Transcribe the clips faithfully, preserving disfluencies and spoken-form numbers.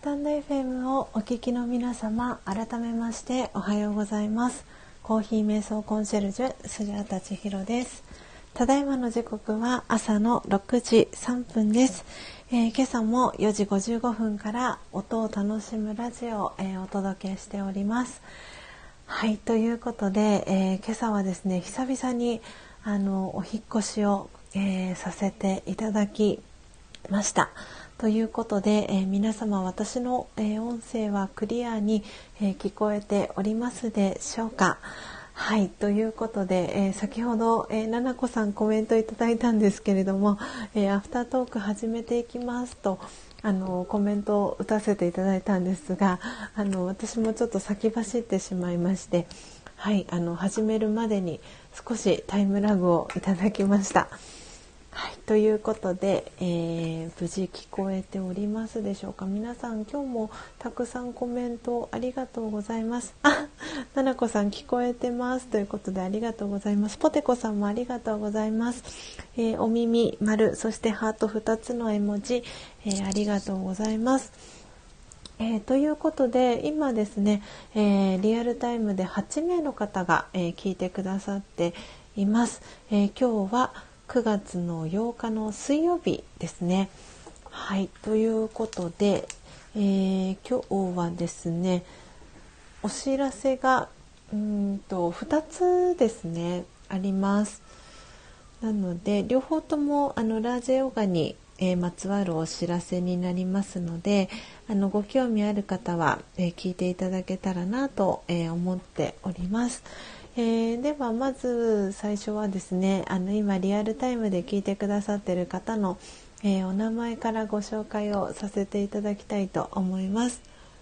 タンド エフエム をお聞きの皆様、改めましておはようございます。コーヒー瞑想コンシェルジュスジャータ千尋です。ただいまの時刻は朝のろくじさんぷんです。えー、今朝もよじごじゅうごふんから音を楽しむラジオを、えー、お届けしております。はい、ということで、えー、今朝はですね、久々にあのお引っ越しを、えー、させていただきましたということで、えー、皆様私の、えー、音声はクリアに、えー、聞こえておりますでしょうか。はい、ということで、えー、先ほど、えー、ななこさんコメントいただいたんですけれども、えー、アフタートーク始めていきますとあのコメントを打たせていただいたんですが、あの私もちょっと先走ってしまいまして、はい、あの始めるまでに少しタイムラグをいただきました。はい、ということで、えー、無事聞こえておりますでしょうか。皆さん今日もたくさんコメントありがとうございます。あ、ななこさん聞こえてますということでありがとうございます。ポテコさんもありがとうございます。えー、お耳丸、そしてハートふたつの絵文字、えー、ありがとうございます。えー、ということで今ですね、えー、リアルタイムではちめいの方が、えー、聞いてくださっています。えー、今日はくがつのようかの水曜日ですね。はい、ということで、えー、今日はですね、お知らせがうんとふたつですねあります。なので両方ともあのラージェヨガに、えー、まつわるお知らせになりますので、あのご興味ある方は、えー、聞いていただけたらなと、えー、思っております。えー、ではまず最初はですね、あの今リアルタイムで聞いてくださっている方の、えー、お名前からご紹介をさせていただきたいと思います。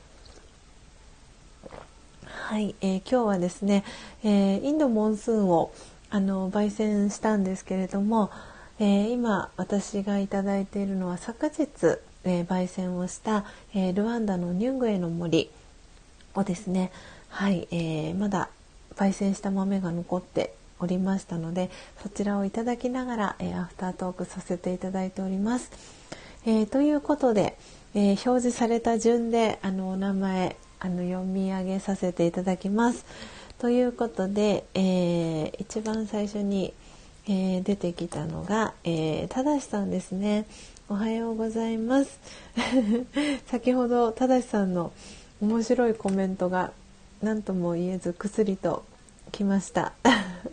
はい、えー、今日はですね、えー、インドモンスーンをあの焙煎したんですけれども、えー、今私がいただいているのは昨日、えー、焙煎をした、えー、ルワンダのニュングエの森をですね、はい、えー、まだ焙煎した豆が残っておりましたので、そちらをいただきながら、えー、アフタートークさせていただいております。えー、ということで、えー、表示された順であのお名前あの読み上げさせていただきます。ということで、えー、一番最初に、えー、出てきたのが、えー、ただしさんですね。おはようございます。先ほどただしさんの面白いコメントが何とも言えずくすりときました。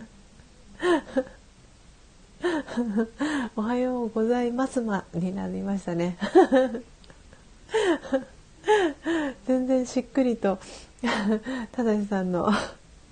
おはようございますまになりましたね。全然しっくりとただしさんの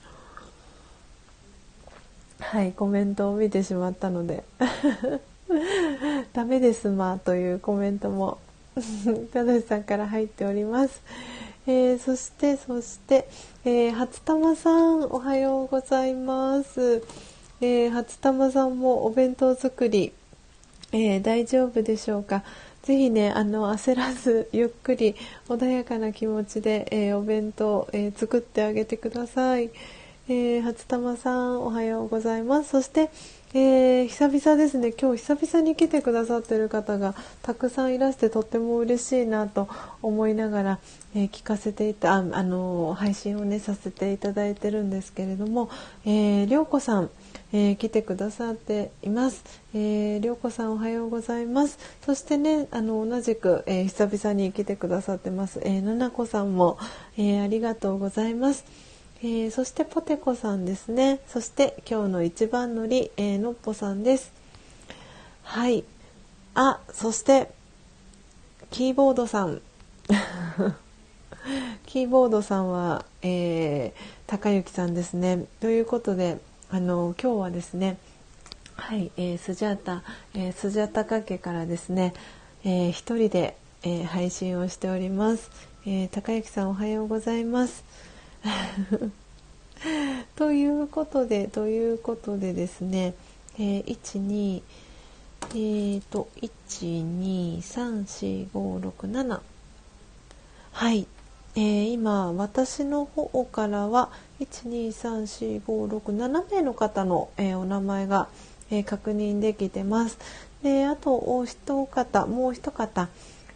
はいコメントを見てしまったのでダメですまというコメントもただしさんから入っております。えー、そしてそして、えー、初玉さんおはようございます。えー、初玉さんもお弁当作り、えー、大丈夫でしょうか。ぜひねあの焦らずゆっくり穏やかな気持ちで、えー、お弁当、えー、作ってあげてください。えー、初玉さんおはようございます。そして、えー、久々ですね。今日久々に来てくださっている方がたくさんいらしてとっても嬉しいなと思いながら、えー、聞かせていたあ、あのー、配信をねさせていただいてるんですけれども、えー、りょうこさん、えー、来てくださっています。えー、りょうこさんおはようございます。そしてねあの同じく、えー、久々に来てくださってます、えー、ななこさんも、えー、ありがとうございます。えー、そしてポテコさんですね。そして今日の一番乗り、えー、のっぽさんです。はい。あ、そしてキーボードさんキーボードさんは、えー、高幸さんですね。ということであの今日はですね、はい、えー、スジャータ、えー、スジャタカ家からですね、えー、一人で、えー、配信をしております。えー、高幸さんおはようございます。ということでということでですね、えー、いちにえーといちにさんしごろくななはい、えー、今私の方からはいちにさんしごろくななめいの方の、えー、お名前が、えー、確認できてます。であとお一方もう一方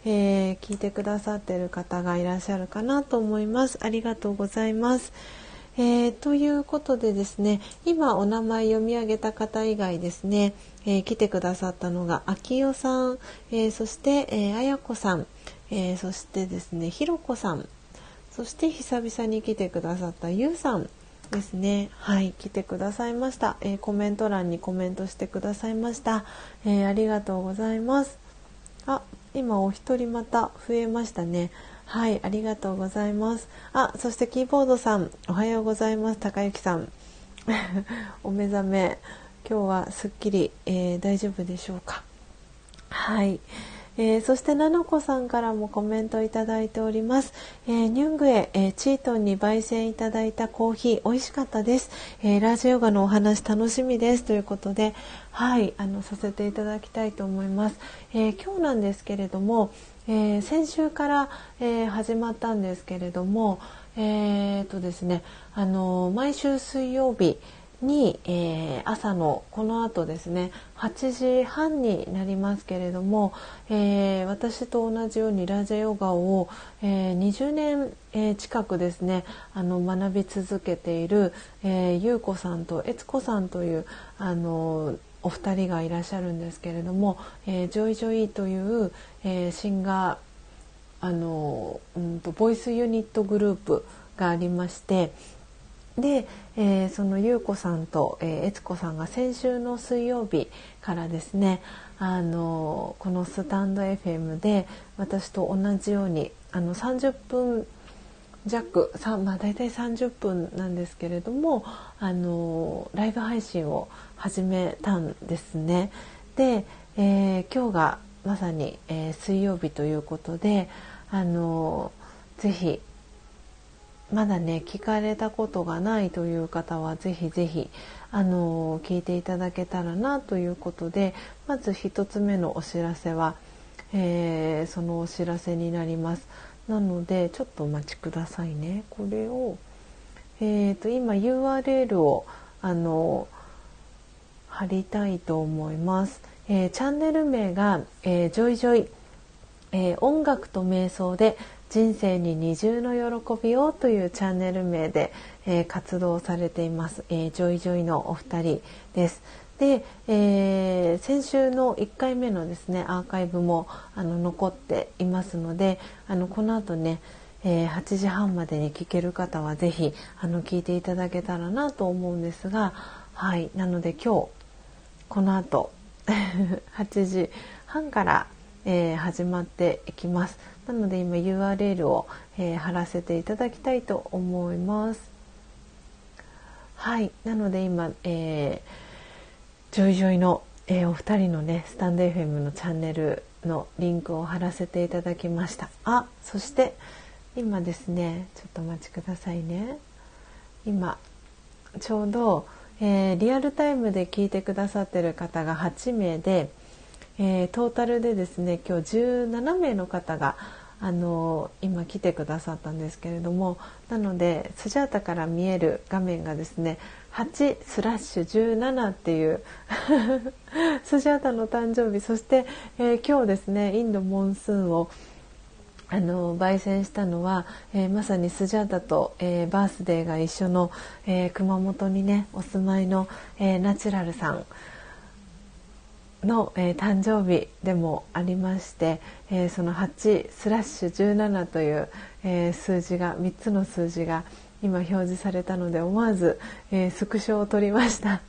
えー、聞いてくださっている方がいらっしゃるかなと思います。ありがとうございます。えー、ということでですね、今お名前読み上げた方以外ですね、えー、来てくださったのがあきよさん、えー、そして、えー、あやこさん、えー、そしてですねひろこさん、そして久々に来てくださったゆうさんですね。はい、来てくださいました。えー、コメント欄にコメントしてくださいました。えー、ありがとうございます。あ、今お一人また増えましたね。はい、ありがとうございます。あ、そしてキーボードさん、おはようございます。高幸さんお目覚め、今日はすっきり、えー、大丈夫でしょうか。はい、えー、そしてなのこさんからもコメントいただいております。えー、ニュングエ、えー、チートンに焙煎いただいたコーヒー美味しかったです。えー、ラージヨガのお話楽しみですということで、はい、あのさせていただきたいと思います。えー、今日なんですけれども、えー、先週から、えー、始まったんですけれども、えー、とですね、あの毎週水曜日に、えー、朝のこの後ですねはちじはんになりますけれども、えー、私と同じようにラージャヨガを、えー、にじゅうねん、えー、近くですねあの学び続けている、えー、ゆうこさんとえつこさんというあのお二人がいらっしゃるんですけれども、えー、ジョイジョイという、えー、シンガーあの、うん、とボイスユニットグループがありまして、で、えー、そのゆうこさんと、えー、えつこさんが先週の水曜日からですねあのこのスタンド エフエム で私と同じようにあのさんじゅっぷん弱、まあ、大体さんじゅっぷんなんですけれどもあのライブ配信を始めたんですね。で、えー、今日がまさに、えー、水曜日ということであのぜひまだね聞かれたことがないという方はぜひぜひあの聞いていただけたらなということで、まず一つ目のお知らせは、えー、そのお知らせになります。なのでちょっとお待ちくださいね。これを、えー、と今 ユーアールエル をあの貼りたいと思います。えー、チャンネル名が、えー、ジョイジョイ、えー、音楽と瞑想で人生に二重の喜びをというチャンネル名で、えー、活動されています、えー、ジョイジョイのお二人です。で、えー、先週のいっかいめのですねアーカイブもあの残っていますので、あのこの後ね、えー、はちじはんまでに聞ける方はぜひあの聞いていただけたらなと思うんですが、はい、なので今日この後はちじはんから、えー、始まっていきます。なので今 ユーアールエル を、えー、貼らせていただきたいと思います。はい、なので今、えー、ジョイジョイの、えー、お二人のねスタンド エフエム のチャンネルのリンクを貼らせていただきました。あ、そして今ですねちょっとお待ちくださいね。今ちょうど、えー、リアルタイムで聞いてくださってる方がはちめいで、えー、トータルでですね今日じゅうななめいの方があの今来てくださったんですけれども、なのでスジャータから見える画面がですねはちスラッシュじゅうななっていうスジャータの誕生日、そして、えー、今日ですねインドモンスーンをあの焙煎したのは、えー、まさにスジャータと、えー、バースデーが一緒の、えー、熊本にねお住まいの、えー、ナチュラルさんの、えー、誕生日でもありまして、えー、そのはちスラッシュじゅうななという、えー、数字がみっつの数字が今表示されたので思わず、えー、スクショを撮りました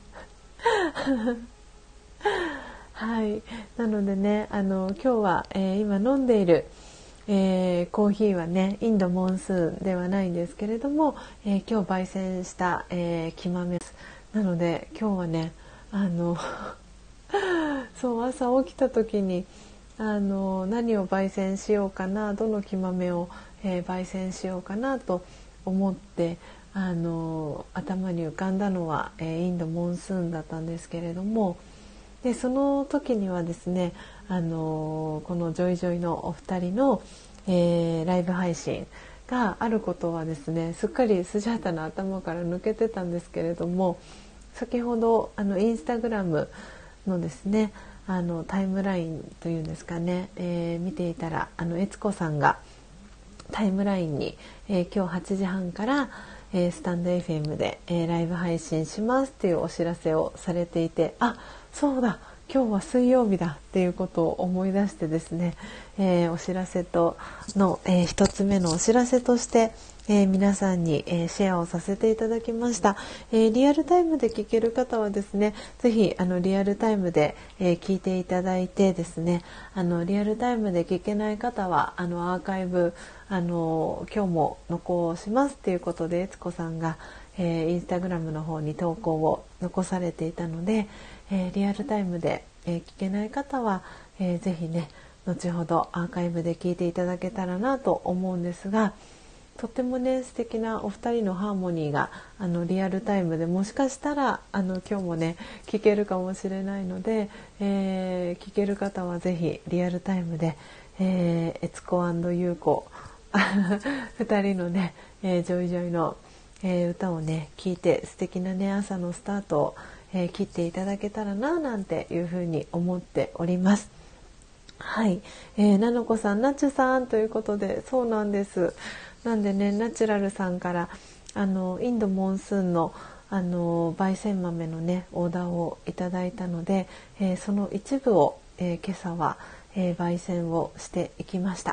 はい、なのでねあの今日は、えー、今飲んでいるえー、コーヒーはねインドモンスーンではないんですけれども、えー、今日焙煎した、えー、木豆です。なので今日はねあのそう朝起きた時にあの何を焙煎しようかな、どの木豆を、えー、焙煎しようかなと思ってあの頭に浮かんだのは、えー、インドモンスーンだったんですけれども、でその時にはですねあのこのジョイジョイのお二人の、えー、ライブ配信があることはですねすっかりスジャータの頭から抜けてたんですけれども、先ほどあのインスタグラムのですねあのタイムラインというんですかね、えー、見ていたらあの悦子さんがタイムラインに、えー、今日はちじはんから、えー、スタンド エフエム で、えー、ライブ配信しますっていうお知らせをされていて、あ、そうだ、今日は水曜日だっていうことを思い出してですね、えー、お知らせとの、えー、一つ目のお知らせとして、えー、皆さんに、えー、シェアをさせていただきました、えー、リアルタイムで聞ける方はですね、ぜひあのリアルタイムで、えー、聞いていただいてですね、あのリアルタイムで聞けない方はあのアーカイブあの今日も残しますということで、悦子さんが、えー、インスタグラムの方に投稿を残されていたので、えー、リアルタイムで、えー、聞けない方は、えー、ぜひね後ほどアーカイブで聞いていただけたらなと思うんですが、とってもね素敵なお二人のハーモニーがあのリアルタイムでもしかしたらあの今日もね聞けるかもしれないので、えー、聞ける方はぜひリアルタイムで、えー、悦子&優子ふたりのね、えー、ジョイジョイの、えー、歌をね聞いて素敵なね朝のスタートを、えー、切っていただけたらななんていうふうに思っております。はい、えー、なのこさん、なちゅさんということで、そうなんです。なんでね、ナチュラルさんからあのインドモンスーンのあの焙煎豆のねオーダーをいただいたので、えー、その一部を、えー、今朝は、えー、焙煎をしていきました。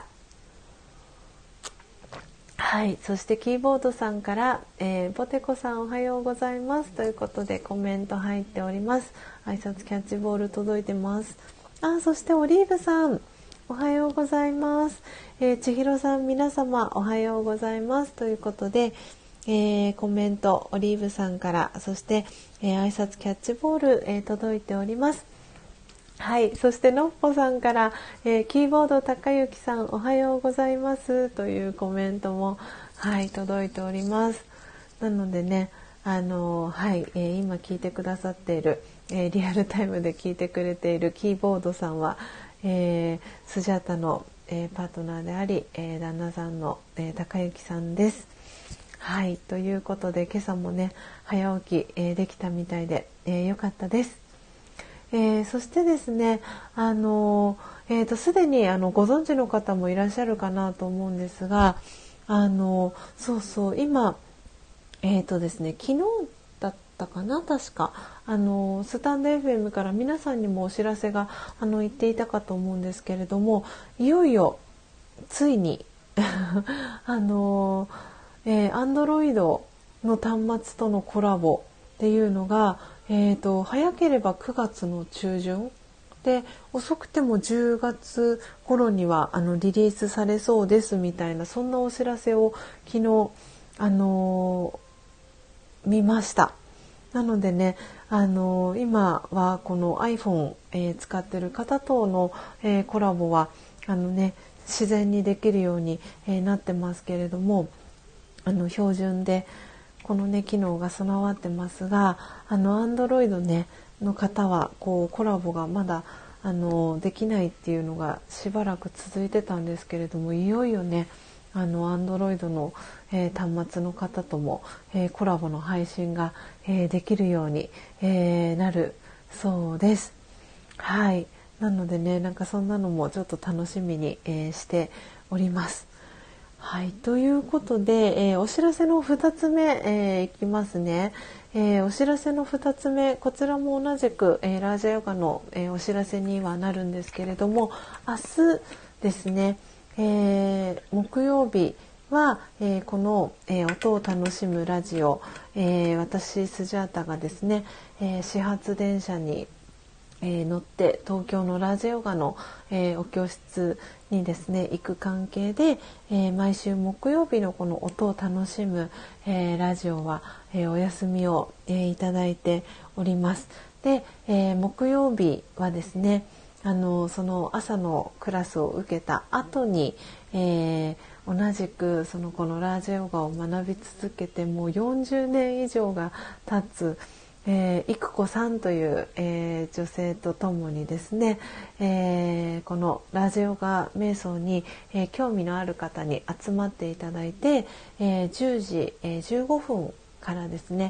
はい、そしてキーボードさんから、えー、ポテコさんおはようございますということでコメント入っております。挨拶キャッチボール届いてます。あ、そしてオリーブさんおはようございます。えー、千尋さん皆様おはようございますということで、えー、コメントオリーブさんから、そして、えー、挨拶キャッチボール、えー、届いております。はい、そしてのっぽさんから、えー、キーボード高幸さんおはようございますというコメントも、はい、届いております。なのでね、あのー、はい、えー、今聞いてくださっている、えー、リアルタイムで聞いてくれているキーボードさんは、えー、スジャータの、えー、パートナーであり、えー、旦那さんの、えー、高幸さんです。はい、ということで今朝もね早起き、えー、できたみたいで、えー、よかったです。えー、そしてですね、あのー、えーと、すでにあのご存知の方もいらっしゃるかなと思うんですが、あのー、そうそう今、えーとですね、昨日だったかな確か、あのー、スタンド エフエム から皆さんにもお知らせがあの言っていたかと思うんですけれども、いよいよついにあのー、えー、Android の端末とのコラボっていうのがえーと、早ければくがつの中旬で、遅くてもじゅうがつ頃にはあのリリースされそうですみたいな、そんなお知らせを昨日、あのー、見ました。なのでね、あのー、今はこの iPhone、えー、使ってる方との、えー、コラボはあの、ね、自然にできるように、えー、なってますけれども、あの標準でこのね機能が備わってますが、あの Android ねの方はこうコラボがまだあのできないっていうのがしばらく続いてたんですけれども、いよいよねあの Android の、えー、端末の方とも、えー、コラボの配信が、えー、できるように、えー、なるそうです。はい、なのでね、なんかそんなのもちょっと楽しみに、えー、しております。はい、ということで、えー、お知らせのふたつめ、えー、いきますね。えー、お知らせのふたつめ、こちらも同じく、えー、ラージャヨガの、えー、お知らせにはなるんですけれども、明日ですね、えー、木曜日は、えー、この、えー、音を楽しむラジオ、えー、私スジャータがですね、えー、始発電車にえー、乗って東京のラージヨガの、えー、お教室にですね行く関係で、えー、毎週木曜日のこの音を楽しむ、えー、ラジオは、えー、お休みを、えー、いただいております。で、えー、木曜日はですね、あのその朝のクラスを受けた後に、えー、同じくそのこのラージヨガを学び続けてもうよんじゅうねん以上が経つえー、育子さんという、えー、女性とともにですね、えー、このラジオガ瞑想に、えー、興味のある方に集まっていただいて、えー、じゅうじ、えー、じゅうごふんからですね、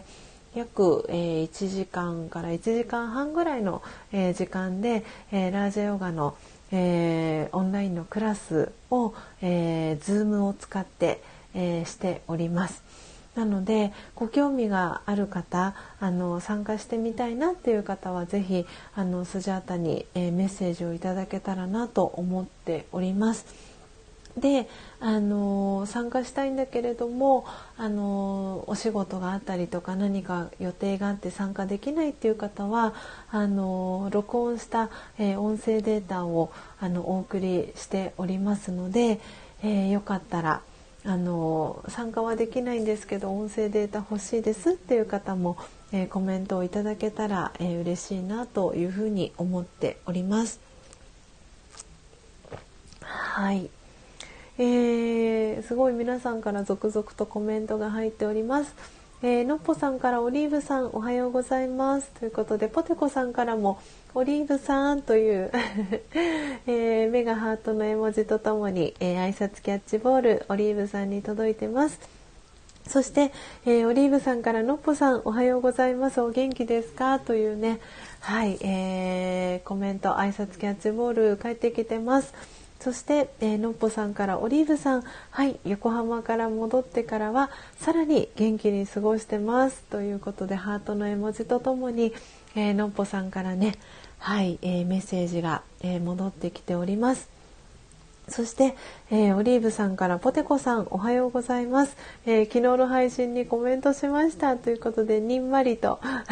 約、えー、いちじかんからいちじかんはんぐらいの、えー、時間で、えー、ラージャヨガの、えー、オンラインのクラスを、えー、Zoom を使って、えー、しております。なのでご興味がある方、あの参加してみたいなっていう方はぜひあのスジャータに、えー、メッセージをいただけたらなと思っております。で、あの参加したいんだけれども、あのお仕事があったりとか何か予定があって参加できないっていう方は、あの録音した、えー、音声データをあのお送りしておりますので、えー、よかったらあの参加はできないんですけど音声データ欲しいですっていう方も、えー、コメントをいただけたら、えー、嬉しいなというふうに思っております。はい、えー、すごい皆さんから続々とコメントが入っております。えー、のっぽさんからオリーブさんおはようございますということで、ポテコさんからもオリーブさんという、えー、目がハートの絵文字とともに、えー、挨拶キャッチボールオリーブさんに届いてます。そして、えー、オリーブさんからのっぽさんおはようございますお元気ですかというね、はい、えー、コメント挨拶キャッチボール返ってきてます。そして、えー、のっぽさんからオリーブさん、はい、横浜から戻ってからはさらに元気に過ごしてますということでハートの絵文字とともに、えー、のっぽさんからね、はい、えー、メッセージが、えー、戻ってきております。そして、えー、オリーブさんからポテコさんおはようございます、えー、昨日の配信にコメントしましたということでにんまりとはい、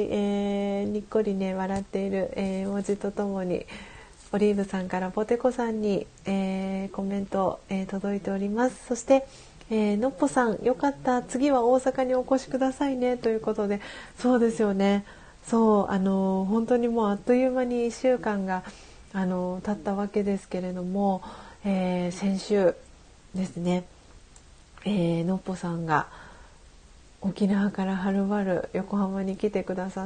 えー、にっこりね笑っている、えー、文字とともにオリーブさんからポテコさんに、えー、コメント、えー、届いております。そして、えー、のっぽさんよかった次は大阪にお越しくださいねということで、そうですよね、そうあのー、本当にもうあっという間にいっしゅうかんがあの経ったわけですけれども、えー、先週ですね、えー、のっぽさんが沖縄からはるばる横浜に来てくださって、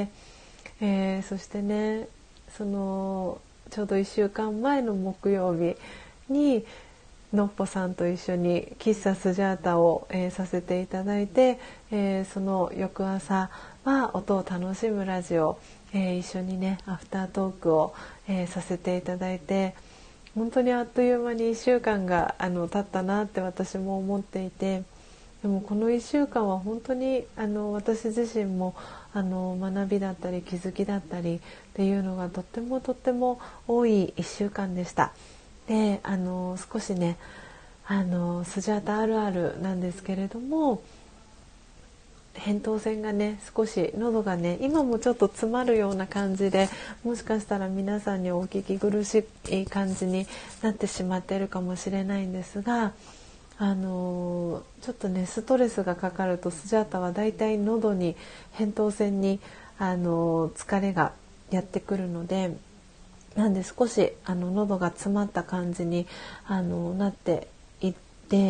えー、そしてねそのちょうどいっしゅうかんまえの木曜日にのっぽさんと一緒に喫茶スジャータを、えー、させていただいて、えー、その翌朝は音を楽しむラジオ、えー、一緒にねアフタートークを、えー、させていただいて、本当にあっという間にいっしゅうかんがあの経ったなって私も思っていて、でもこのいっしゅうかんは本当にあの私自身もあの学びだったり気づきだったりっていうのがとってもとっても多いいっしゅうかんでした。であの少しねあのスジャータあるあるなんですけれども、扁桃腺がね少し喉がね今もちょっと詰まるような感じで、もしかしたら皆さんにお聞き苦しい感じになってしまっているかもしれないんですが、あのちょっとねストレスがかかるとスジャータはだいたい喉に扁桃腺にあの疲れがやってくるので、なんで少しあの喉が詰まった感じにあのなっていって、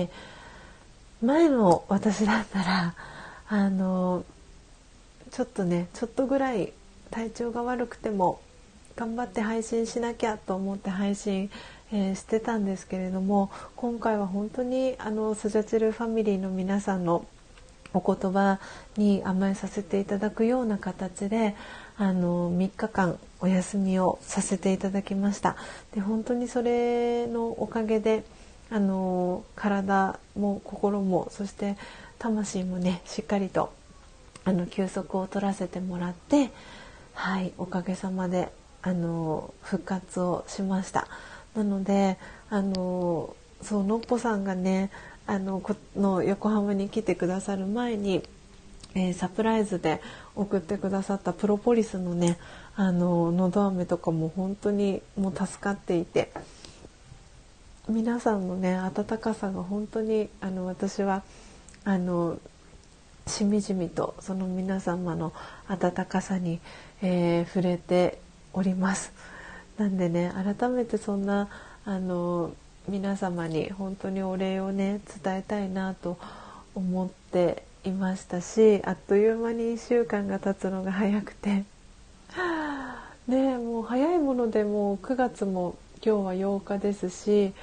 前の私だったらあのちょっとねちょっとぐらい体調が悪くても頑張って配信しなきゃと思って配信、えー、してたんですけれども、今回は本当にあのスジャチルファミリーの皆さんのお言葉に甘えさせていただくような形であのみっかかんお休みをさせていただきました。で本当にそれのおかげであの体も心もそして魂もねしっかりとあの休息を取らせてもらって、はい、おかげさまであの復活をしました。なのであのそうのっぽさんがねあのこの横浜に来てくださる前に、えー、サプライズで送ってくださったプロポリスのねあののど飴とかも本当にもう助かっていて、皆さんのね温かさが本当にあの私はあのしみじみとその皆様の温かさに、えー、触れております。なんでね改めてそんなあの皆様に本当にお礼をね伝えたいなと思っていましたし、あっという間にいっしゅうかんが経つのが早くてね、もう早いものでもうくがつも今日はようかですし、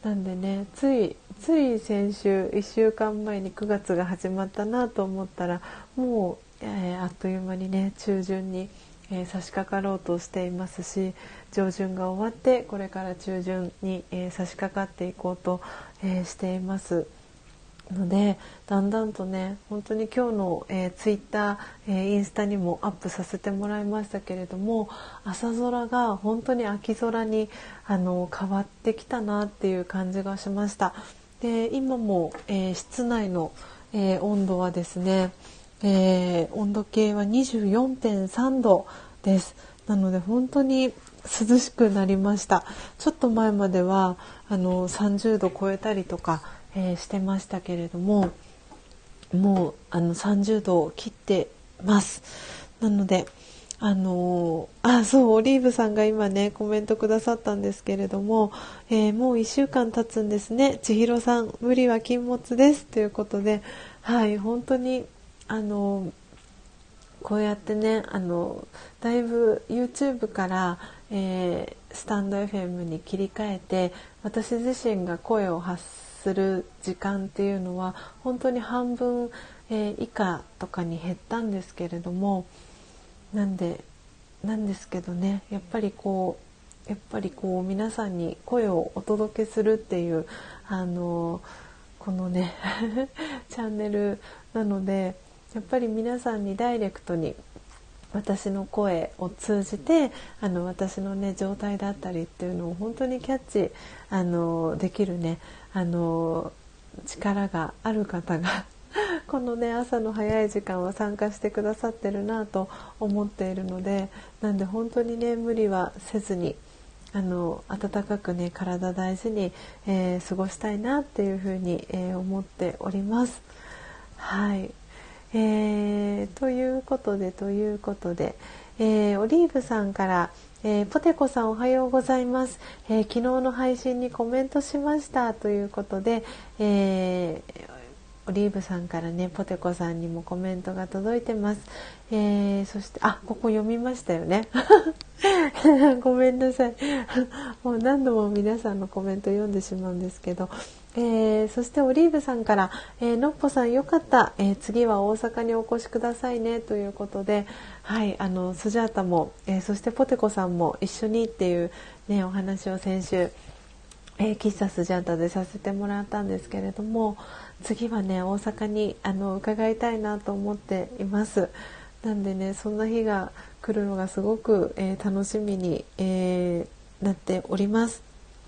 なんでね、ついつい先週いっしゅうかんまえにくがつが始まったなと思ったら、もう、えー、あっという間にね中旬に、えー、差し掛かろうとしていますし、上旬が終わってこれから中旬に、えー、差し掛かっていこうと、えー、していますので、だんだんとね本当に今日の、えー、ツイッター、えー、インスタにもアップさせてもらいましたけれども、朝空が本当に秋空にあの変わってきたなっていう感じがしました。で今も、えー、室内の、えー、温度はですね、えー、温度計は にじゅうよんてんさんどです。なので本当に涼しくなりました。ちょっと前まではあのさんじゅうど超えたりとか、えー、してましたけれども、もうあのさんじゅうどを切ってます。なのであのー、あそうオリーブさんが今ねコメントくださったんですけれども、えー、もういっしゅうかん経つんですね。千尋さん無理は禁物ですということで、はい本当にあのー、こうやってねあのだいぶ YouTube から、えー、スタンド エフエム に切り替えて、私自身が声を発する時間っていうのは本当に半分、えー、以下とかに減ったんですけれども、なんでなんですけどね、やっぱりこうやっぱりこう皆さんに声をお届けするっていうあのこのねチャンネルなので、やっぱり皆さんにダイレクトに私の声を通じてあの私のね状態だったりっていうのを本当にキャッチあのできるねあの力がある方がこのね朝の早い時間は参加してくださってるなと思っているので、なんで本当にね無理はせずにあの温かくね体大事に、えー、過ごしたいなっていうふうに、えー、思っております。はい、えー、ということでということで、えー、オリーブさんから、えー、ポテコさんおはようございます、えー、昨日の配信にコメントしましたということで、えーオリーブさんからねポテコさんにもコメントが届いてます。えー、そしてあここ読みましたよねごめんなさいもう何度も皆さんのコメント読んでしまうんですけど、えー、そしてオリーブさんから、えー、のっぽさんよかった、えー、次は大阪にお越しくださいねということで、はいあのスジャータも、えー、そしてポテコさんも一緒にっていうねお話を先週えー、喫茶スジャータでさせてもらったんですけれども、次はね大阪にあの伺いたいなと思っています。なんでねそんな日が来るのがすごく、えー、楽しみに、えー、なっております。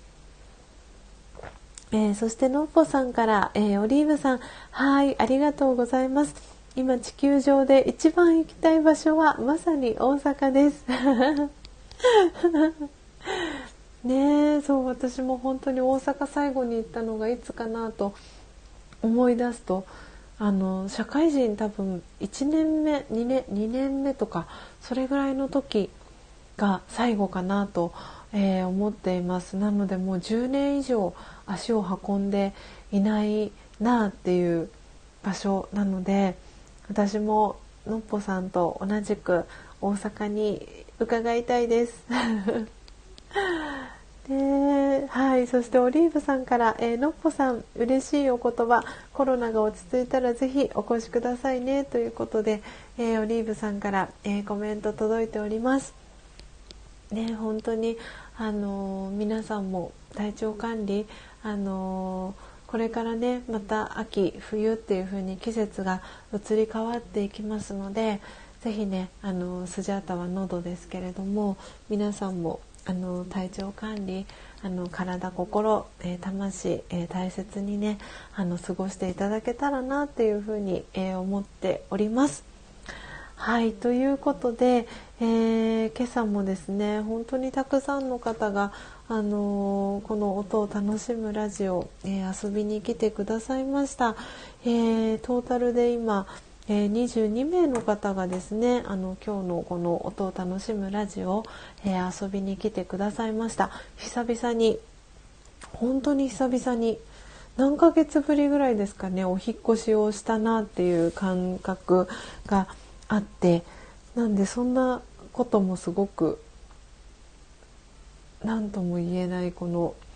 えー、そしてのっぽさんから、えー、オリーブさんはいありがとうございます。今地球上で一番行きたい場所はまさに大阪ですねえ、そう私も本当に大阪最後に行ったのがいつかなと思い出すと、あの社会人多分いちねんめにねんにねんめとかそれぐらいの時が最後かなと、えー、思っています。なのでもうじゅうねん以上足を運んでいないなっていう場所なので、私ものっぽさんと同じく大阪に伺いたいですではい、そしてオリーブさんから、えー、のっぽさん嬉しいお言葉、コロナが落ち着いたらぜひお越しくださいねということで、えー、オリーブさんから、えー、コメント届いております。ね、本当に、あのー、皆さんも体調管理、あのー、これからねまた秋冬っていう風に季節が移り変わっていきますので、ぜひねあのー、スジャータは喉ですけれども、皆さんもあの体調管理、あの体心、えー、魂、えー、大切にねあの過ごしていただけたらなっていうふうに、えー、思っております。はいということで、えー、今朝もですね本当にたくさんの方が、あのー、この音を楽しむラジオ、えー、遊びに来てくださいました。えー、トータルで今えー、にじゅうにめいの方がですねあの今日のこの音を楽しむラジオ、えー、遊びに来てくださいました。久々に本当に久々に何ヶ月ぶりぐらいですかねお引っ越しをしたなっていう感覚があって、なんでそんなこともすごく何とも言えないこの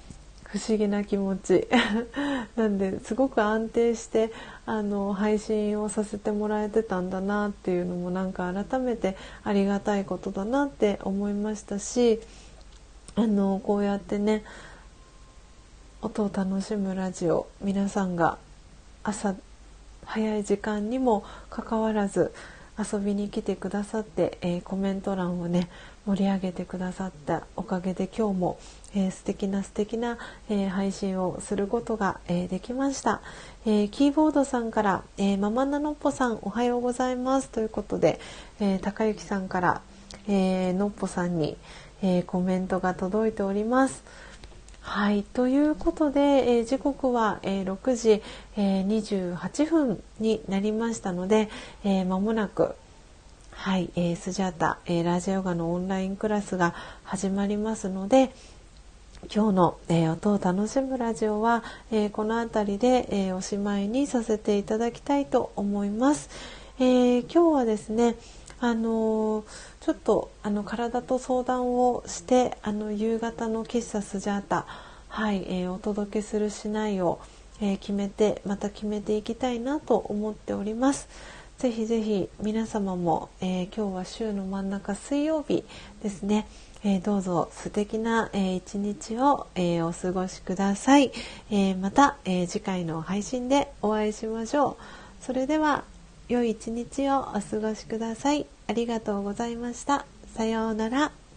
不思議な気持ちなんですごく安定してあの配信をさせてもらえてたんだなっていうのもなんか改めてありがたいことだなって思いましたし、あのこうやってね音を楽しむラジオ、皆さんが朝早い時間にもかかわらず遊びに来てくださって、えー、コメント欄をね盛り上げてくださったおかげで今日も、えー、素敵な素敵な、えー、配信をすることが、えー、できました。えー、キーボードさんから、えー、ママナノッポさんおはようございますということで、えー、高幸さんから、えー、のっぽさんに、えー、コメントが届いております。はい、ということで、えー、時刻は、えー、ろくじ、えー、にじゅうはっぷんになりましたので、えー、間もなく、はい、えー、スジャータ、えー、ラージャヨガのオンラインクラスが始まりますので、今日の、えー、音を楽しむラジオは、えー、この辺りで、えー、おしまいにさせていただきたいと思います。えー、今日はですね、あのー、ちょっとあの体と相談をしてあの夕方の喫茶スジャータ、はいえー、お届けするしないを、えー、決めてまた決めていきたいなと思っております。ぜひぜひ皆様も、えー、今日は週の真ん中水曜日ですね、えー、どうぞ素敵な、えー、一日を、えー、お過ごしください。えー、また、えー、次回の配信でお会いしましょう。それでは良い一日をお過ごしください。ありがとうございました。さようなら。